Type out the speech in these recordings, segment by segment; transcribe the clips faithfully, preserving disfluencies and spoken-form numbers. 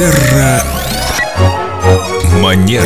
Терра Манера.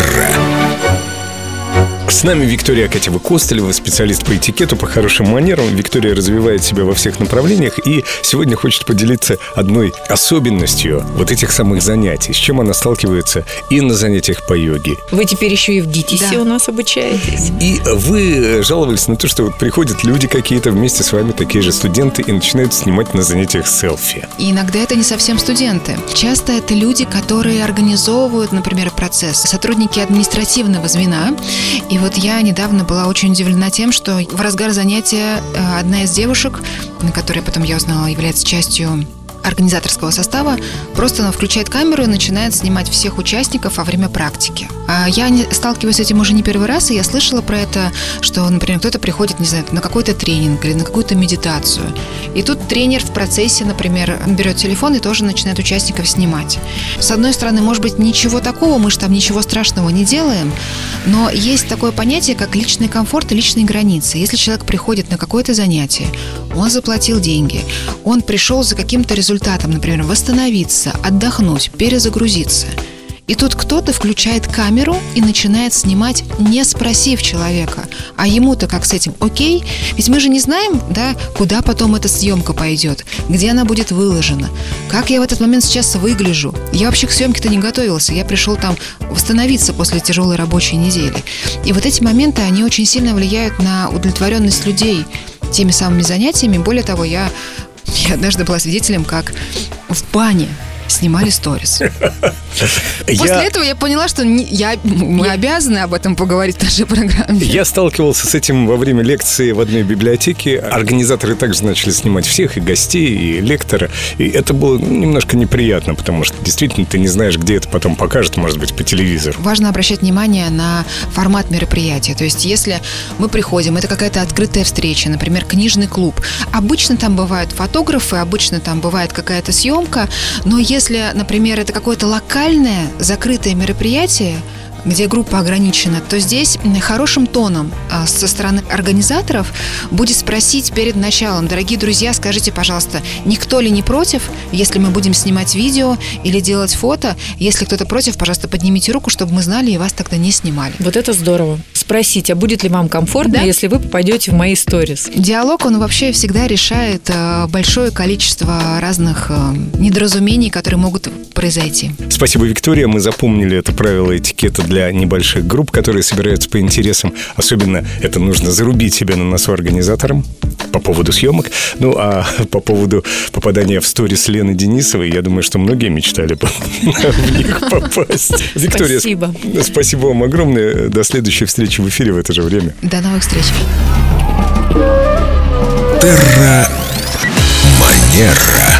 С нами Виктория Акатьева-Костылева, специалист по этикету, по хорошим манерам. Виктория развивает себя во всех направлениях и сегодня хочет поделиться одной особенностью вот этих самых занятий, с чем она сталкивается и на занятиях по йоге. Вы теперь еще и в ГИТИСе Да. у нас обучаетесь. И вы жаловались на то, что вот приходят люди какие-то вместе с вами, такие же студенты, и начинают снимать на занятиях селфи. И иногда это не совсем студенты. Часто это люди, которые организовывают, например, процесс, сотрудники административного звена. И вот я недавно была очень удивлена тем, что в разгар занятия э, одна из девушек, которая потом, я узнала, является частью организаторского состава, просто она включает камеру и начинает снимать всех участников во время практики. А я не, сталкиваюсь с этим уже не первый раз, и я слышала про это, что, например, кто-то приходит, не знаю, на какой-то тренинг или на какую-то медитацию. И тут тренер в процессе, например, берет телефон и тоже начинает участников снимать. С одной стороны, может быть, ничего такого, мы же там ничего страшного не делаем, но есть такое понятие, как личный комфорт и личные границы. Если человек приходит на какое-то занятие, он заплатил деньги, он пришел за каким-то результатом, например, восстановиться, отдохнуть, перезагрузиться. И тут кто-то включает камеру и начинает снимать, не спросив человека, а ему-то как с этим окей? Ведь мы же не знаем, да, куда потом эта съемка пойдет, где она будет выложена, как я в этот момент сейчас выгляжу. Я вообще к съемке-то не готовился, я пришел там восстановиться после тяжелой рабочей недели. И вот эти моменты, они очень сильно влияют на удовлетворенность людей теми самыми занятиями. Более того, я, я однажды была свидетелем, как в бане снимали сторис. После Я... этого я поняла, что не, я, мы обязаны об этом поговорить в нашей программе. Я сталкивался с этим во время лекции в одной библиотеке. Организаторы также начали снимать всех, и гостей, и лектора. И это было немножко неприятно, потому что действительно ты не знаешь, где это потом покажут, может быть, по телевизору. Важно обращать внимание на формат мероприятия. То есть, если мы приходим, это какая-то открытая встреча, например, книжный клуб. Обычно там бывают фотографы, обычно там бывает какая-то съемка, но если, например, это какое-то локальное, закрытое мероприятие, где группа ограничена, то здесь хорошим тоном со стороны организаторов будет спросить перед началом: дорогие друзья, скажите, пожалуйста, никто ли не против, если мы будем снимать видео или делать фото? Если кто-то против, пожалуйста, поднимите руку, чтобы мы знали и вас тогда не снимали. Вот это здорово. Спросить, а будет ли вам комфортно, Да? если вы попадете в мои сторис? Диалог, он вообще всегда решает э, большое количество разных э, недоразумений, которые могут произойти. Спасибо, Виктория. Мы запомнили это правило этикета для небольших групп, которые собираются по интересам. Особенно это нужно зарубить себе на носу организаторам по поводу съемок. Ну, а по поводу попадания в сторис Лены Денисовой, я думаю, что многие мечтали бы в них попасть. Виктория, Спасибо. Спасибо вам огромное. До следующей встречи в эфире в это же время. До новых встреч. Терра Манера.